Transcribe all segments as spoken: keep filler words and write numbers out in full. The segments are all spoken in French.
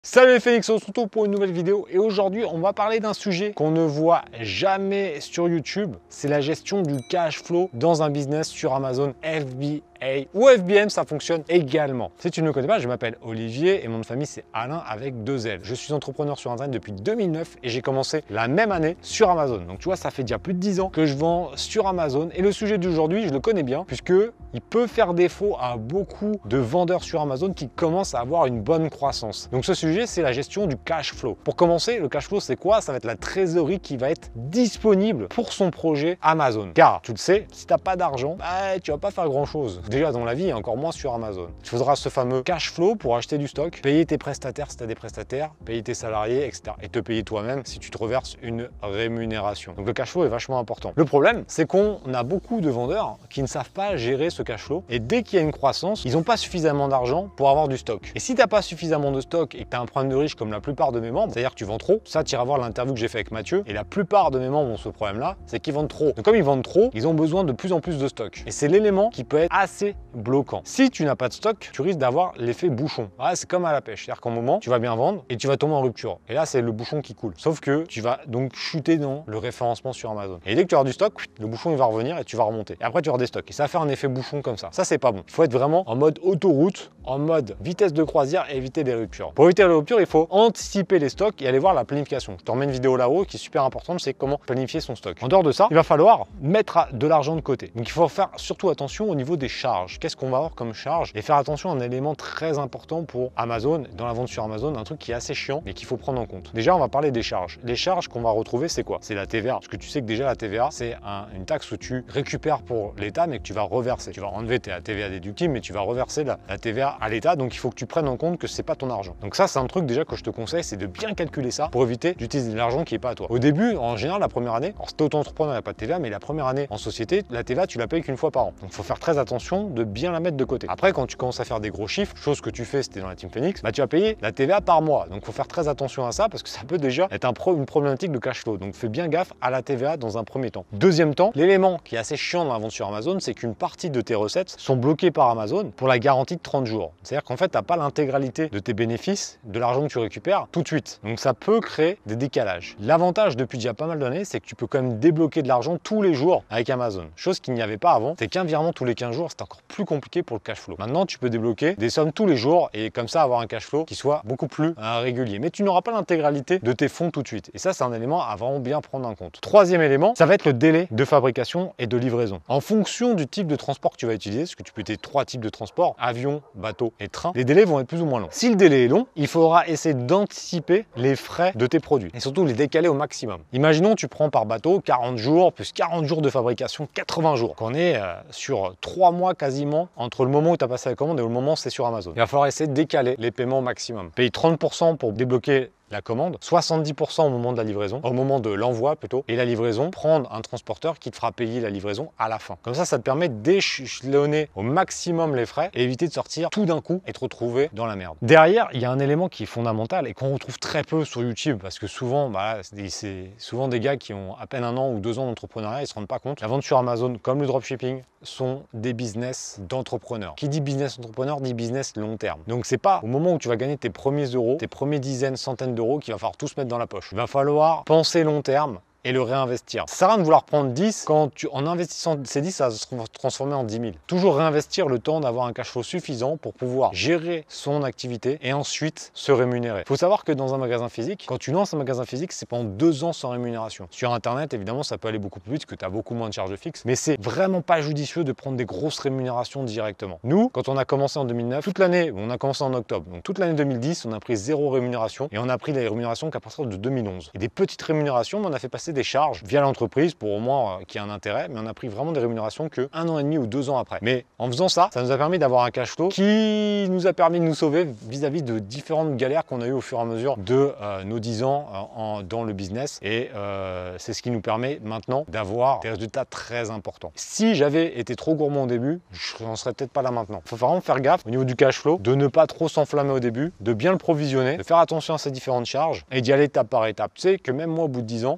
Salut les Phoenix, on se retrouve pour une nouvelle vidéo et aujourd'hui on va parler d'un sujet qu'on ne voit jamais sur YouTube, c'est la gestion du cash flow dans un business sur Amazon F B A ou F B M, ça fonctionne également. Si tu ne me connais pas, je m'appelle Olivier et mon nom de famille c'est Alain avec deux L. Je suis entrepreneur sur Internet depuis deux mille neuf et j'ai commencé la même année sur Amazon. Donc tu vois, ça fait déjà plus de dix ans que je vends sur Amazon et le sujet d'aujourd'hui, je le connais bien puisque il peut faire défaut à beaucoup de vendeurs sur Amazon qui commencent à avoir une bonne croissance. Donc ce sujet, c'est la gestion du cash flow. Pour commencer, le cash flow, c'est quoi? Ça va être la trésorerie qui va être disponible pour son projet Amazon. Car, tu le sais, si tu n'as pas d'argent, bah, tu vas pas faire grand-chose. Déjà dans la vie et encore moins sur Amazon. Tu faudras ce fameux cash flow pour acheter du stock, payer tes prestataires si tu as des prestataires, payer tes salariés, et cetera. Et te payer toi-même si tu te reverses une rémunération. Donc le cash flow est vachement important. Le problème, c'est qu'on a beaucoup de vendeurs qui ne savent pas gérer ce cash flow. Et dès qu'il y a une croissance, ils n'ont pas suffisamment d'argent pour avoir du stock. Et si tu n'as pas suffisamment de stock et que tu as un problème de riche comme la plupart de mes membres, c'est-à-dire que tu vends trop, ça tu iras voir l'interview que j'ai fait avec Mathieu, et la plupart de mes membres ont ce problème-là, c'est qu'ils vendent trop. Donc comme ils vendent trop, ils ont besoin de plus en plus de stock. Et c'est l'élément qui peut être assez bloquant. Si tu n'as pas de stock, tu risques d'avoir l'effet bouchon. Ouais, c'est comme à la pêche, c'est-à-dire qu'en moment, tu vas bien vendre et tu vas tomber en rupture. Et là, c'est le bouchon qui coule. Sauf que tu vas donc chuter dans le référencement sur Amazon. Et dès que tu auras du stock, le bouchon il va revenir et tu vas remonter. Et après, tu auras des stocks. Et ça va faire un effet bouchon comme ça. Ça, c'est pas bon. Il faut être vraiment en mode autoroute, en mode vitesse de croisière et éviter les ruptures. Pour éviter les ruptures, il faut anticiper les stocks et aller voir la planification. Je te remets une vidéo là-haut qui est super importante, c'est comment planifier son stock. En dehors de ça, il va falloir mettre de l'argent de côté. Donc il faut faire surtout attention au niveau des charges. Qu'est-ce qu'on va avoir comme charge? Et faire attention à un élément très important pour Amazon, dans la vente sur Amazon, un truc qui est assez chiant mais qu'il faut prendre en compte. Déjà, on va parler des charges. Les charges qu'on va retrouver, c'est quoi? C'est la T V A. Parce que tu sais que déjà la T V A, c'est un, une taxe que tu récupères pour l'État mais que tu vas reverser. Tu vas enlever ta T V A déductible mais tu vas reverser la, la T V A à l'État. Donc il faut que tu prennes en compte que c'est pas ton argent. Donc ça, c'est un truc déjà que je te conseille, c'est de bien calculer ça pour éviter d'utiliser de l'argent qui n'est pas à toi. Au début, en général, la première année, alors si t'es auto-entrepreneur, il n'y a pas de T V A, mais la première année en société, la T V A, tu la payes qu'une fois par an. Donc il faut faire très attention de bien la mettre de côté. Après, quand tu commences à faire des gros chiffres, chose que tu fais, c'était dans la Team Phoenix, bah tu vas payer la T V A par mois. Donc il faut faire très attention à ça parce que ça peut déjà être un pro, une problématique de cash flow. Donc fais bien gaffe à la T V A dans un premier temps. Deuxième temps, l'élément qui est assez chiant dans la vente sur Amazon, c'est qu'une partie de tes recettes sont bloquées par Amazon pour la garantie de trente jours. C'est-à-dire qu'en fait, tu n'as pas l'intégralité de tes bénéfices, de l'argent que tu récupères tout de suite. Donc ça peut créer des décalages. L'avantage depuis déjà pas mal d'années, c'est que tu peux quand même débloquer de l'argent tous les jours avec Amazon. Chose qu'il n'y avait pas avant. C'est qu'un virement tous les quinze jours, c'est encore plus compliqué pour le cash flow. Maintenant, tu peux débloquer des sommes tous les jours et comme ça avoir un cash flow qui soit beaucoup plus euh, régulier. Mais tu n'auras pas l'intégralité de tes fonds tout de suite. Et ça, c'est un élément à vraiment bien prendre en compte. Troisième élément, ça va être le délai de fabrication et de livraison. En fonction du type de transport que tu vas utiliser, parce que tu peux utiliser trois types de transport, avion, bateau et train, les délais vont être plus ou moins longs. Si le délai est long, il faudra essayer d'anticiper les frais de tes produits et surtout les décaler au maximum. Imaginons tu prends par bateau quarante jours plus quarante jours de fabrication, quatre-vingts jours. Qu'on est euh, sur trois mois quasiment entre le moment où tu as passé la commande et le moment où c'est sur Amazon. Il va falloir essayer de décaler les paiements au maximum. Paye trente pour cent pour débloquer la commande, soixante-dix pour cent au moment de la livraison, au moment de l'envoi plutôt, et la livraison, prendre un transporteur qui te fera payer la livraison à la fin. Comme ça, ça te permet d'échelonner au maximum les frais et éviter de sortir tout d'un coup et te retrouver dans la merde. Derrière, il y a un élément qui est fondamental et qu'on retrouve très peu sur YouTube parce que souvent, bah, c'est souvent des gars qui ont à peine un an ou deux ans d'entrepreneuriat, ils se rendent pas compte. La vente sur Amazon, comme le dropshipping, sont des business d'entrepreneurs. Qui dit business entrepreneur dit business long terme. Donc c'est pas au moment où tu vas gagner tes premiers euros, tes premiers dizaines, centaines d'euros qu'il va falloir tout se mettre dans la poche. Il va falloir penser long terme et le réinvestir. Ça sert à rien de vouloir prendre dix quand tu, en investissant ces dix, ça va se transformer en dix mille. Toujours réinvestir le temps d'avoir un cash flow suffisant pour pouvoir gérer son activité et ensuite se rémunérer. Il faut savoir que dans un magasin physique, quand tu lances un magasin physique, c'est pendant deux ans sans rémunération. Sur Internet, évidemment, ça peut aller beaucoup plus vite parce que tu as beaucoup moins de charges fixes, mais c'est vraiment pas judicieux de prendre des grosses rémunérations directement. Nous, quand on a commencé en deux mille neuf, toute l'année, on a commencé en octobre, donc toute l'année deux mille dix, on a pris zéro rémunération et on a pris les rémunérations qu'à partir de deux mille onze. Et des petites rémunérations, mais on a fait passer des charges via l'entreprise pour au moins euh, qu'il y ait un intérêt, mais on a pris vraiment des rémunérations que un an et demi ou deux ans après. Mais en faisant ça, ça nous a permis d'avoir un cash flow qui nous a permis de nous sauver vis-à-vis de différentes galères qu'on a eues au fur et à mesure de euh, nos dix ans euh, en, dans le business. Et euh, c'est ce qui nous permet maintenant d'avoir des résultats très importants. Si j'avais été trop gourmand au début, je n'en serais peut-être pas là maintenant. Il faut vraiment faire gaffe au niveau du cash flow, de ne pas trop s'enflammer au début, de bien le provisionner, de faire attention à ces différentes charges et d'y aller étape par étape. Tu sais que même moi, au bout de dix ans, quand je lance des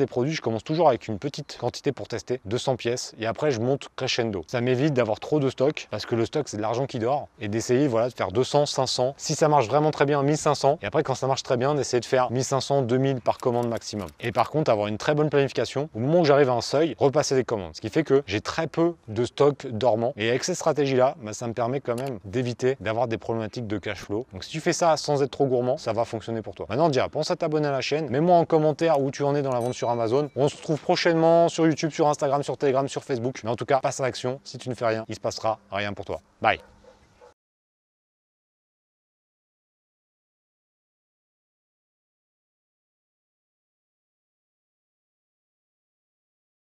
des produits, je commence toujours avec une petite quantité pour tester, deux cents pièces, et après je monte crescendo. Ça m'évite d'avoir trop de stock, parce que le stock c'est de l'argent qui dort, et d'essayer voilà, de faire deux cents, cinq cents. Si ça marche vraiment très bien, mille cinq cents. Et après quand ça marche très bien, d'essayer de faire mille cinq cents, deux mille par commande maximum. Et par contre, avoir une très bonne planification. Au moment où j'arrive à un seuil, repasser des commandes. Ce qui fait que j'ai très peu de stock dormant. Et avec cette stratégie-là, bah, ça me permet quand même d'éviter d'avoir des problématiques de cash flow. Donc si tu fais ça sans être trop gourmand, ça va fonctionner pour toi. Maintenant, déjà, pense à t'abonner à la chaîne. Mets-moi en commentaire où tu en es dans la vente sur Amazon. On se retrouve prochainement sur YouTube, sur Instagram, sur Telegram, sur Facebook. Mais en tout cas, passe à l'action. Si tu ne fais rien, il se passera rien pour toi. Bye.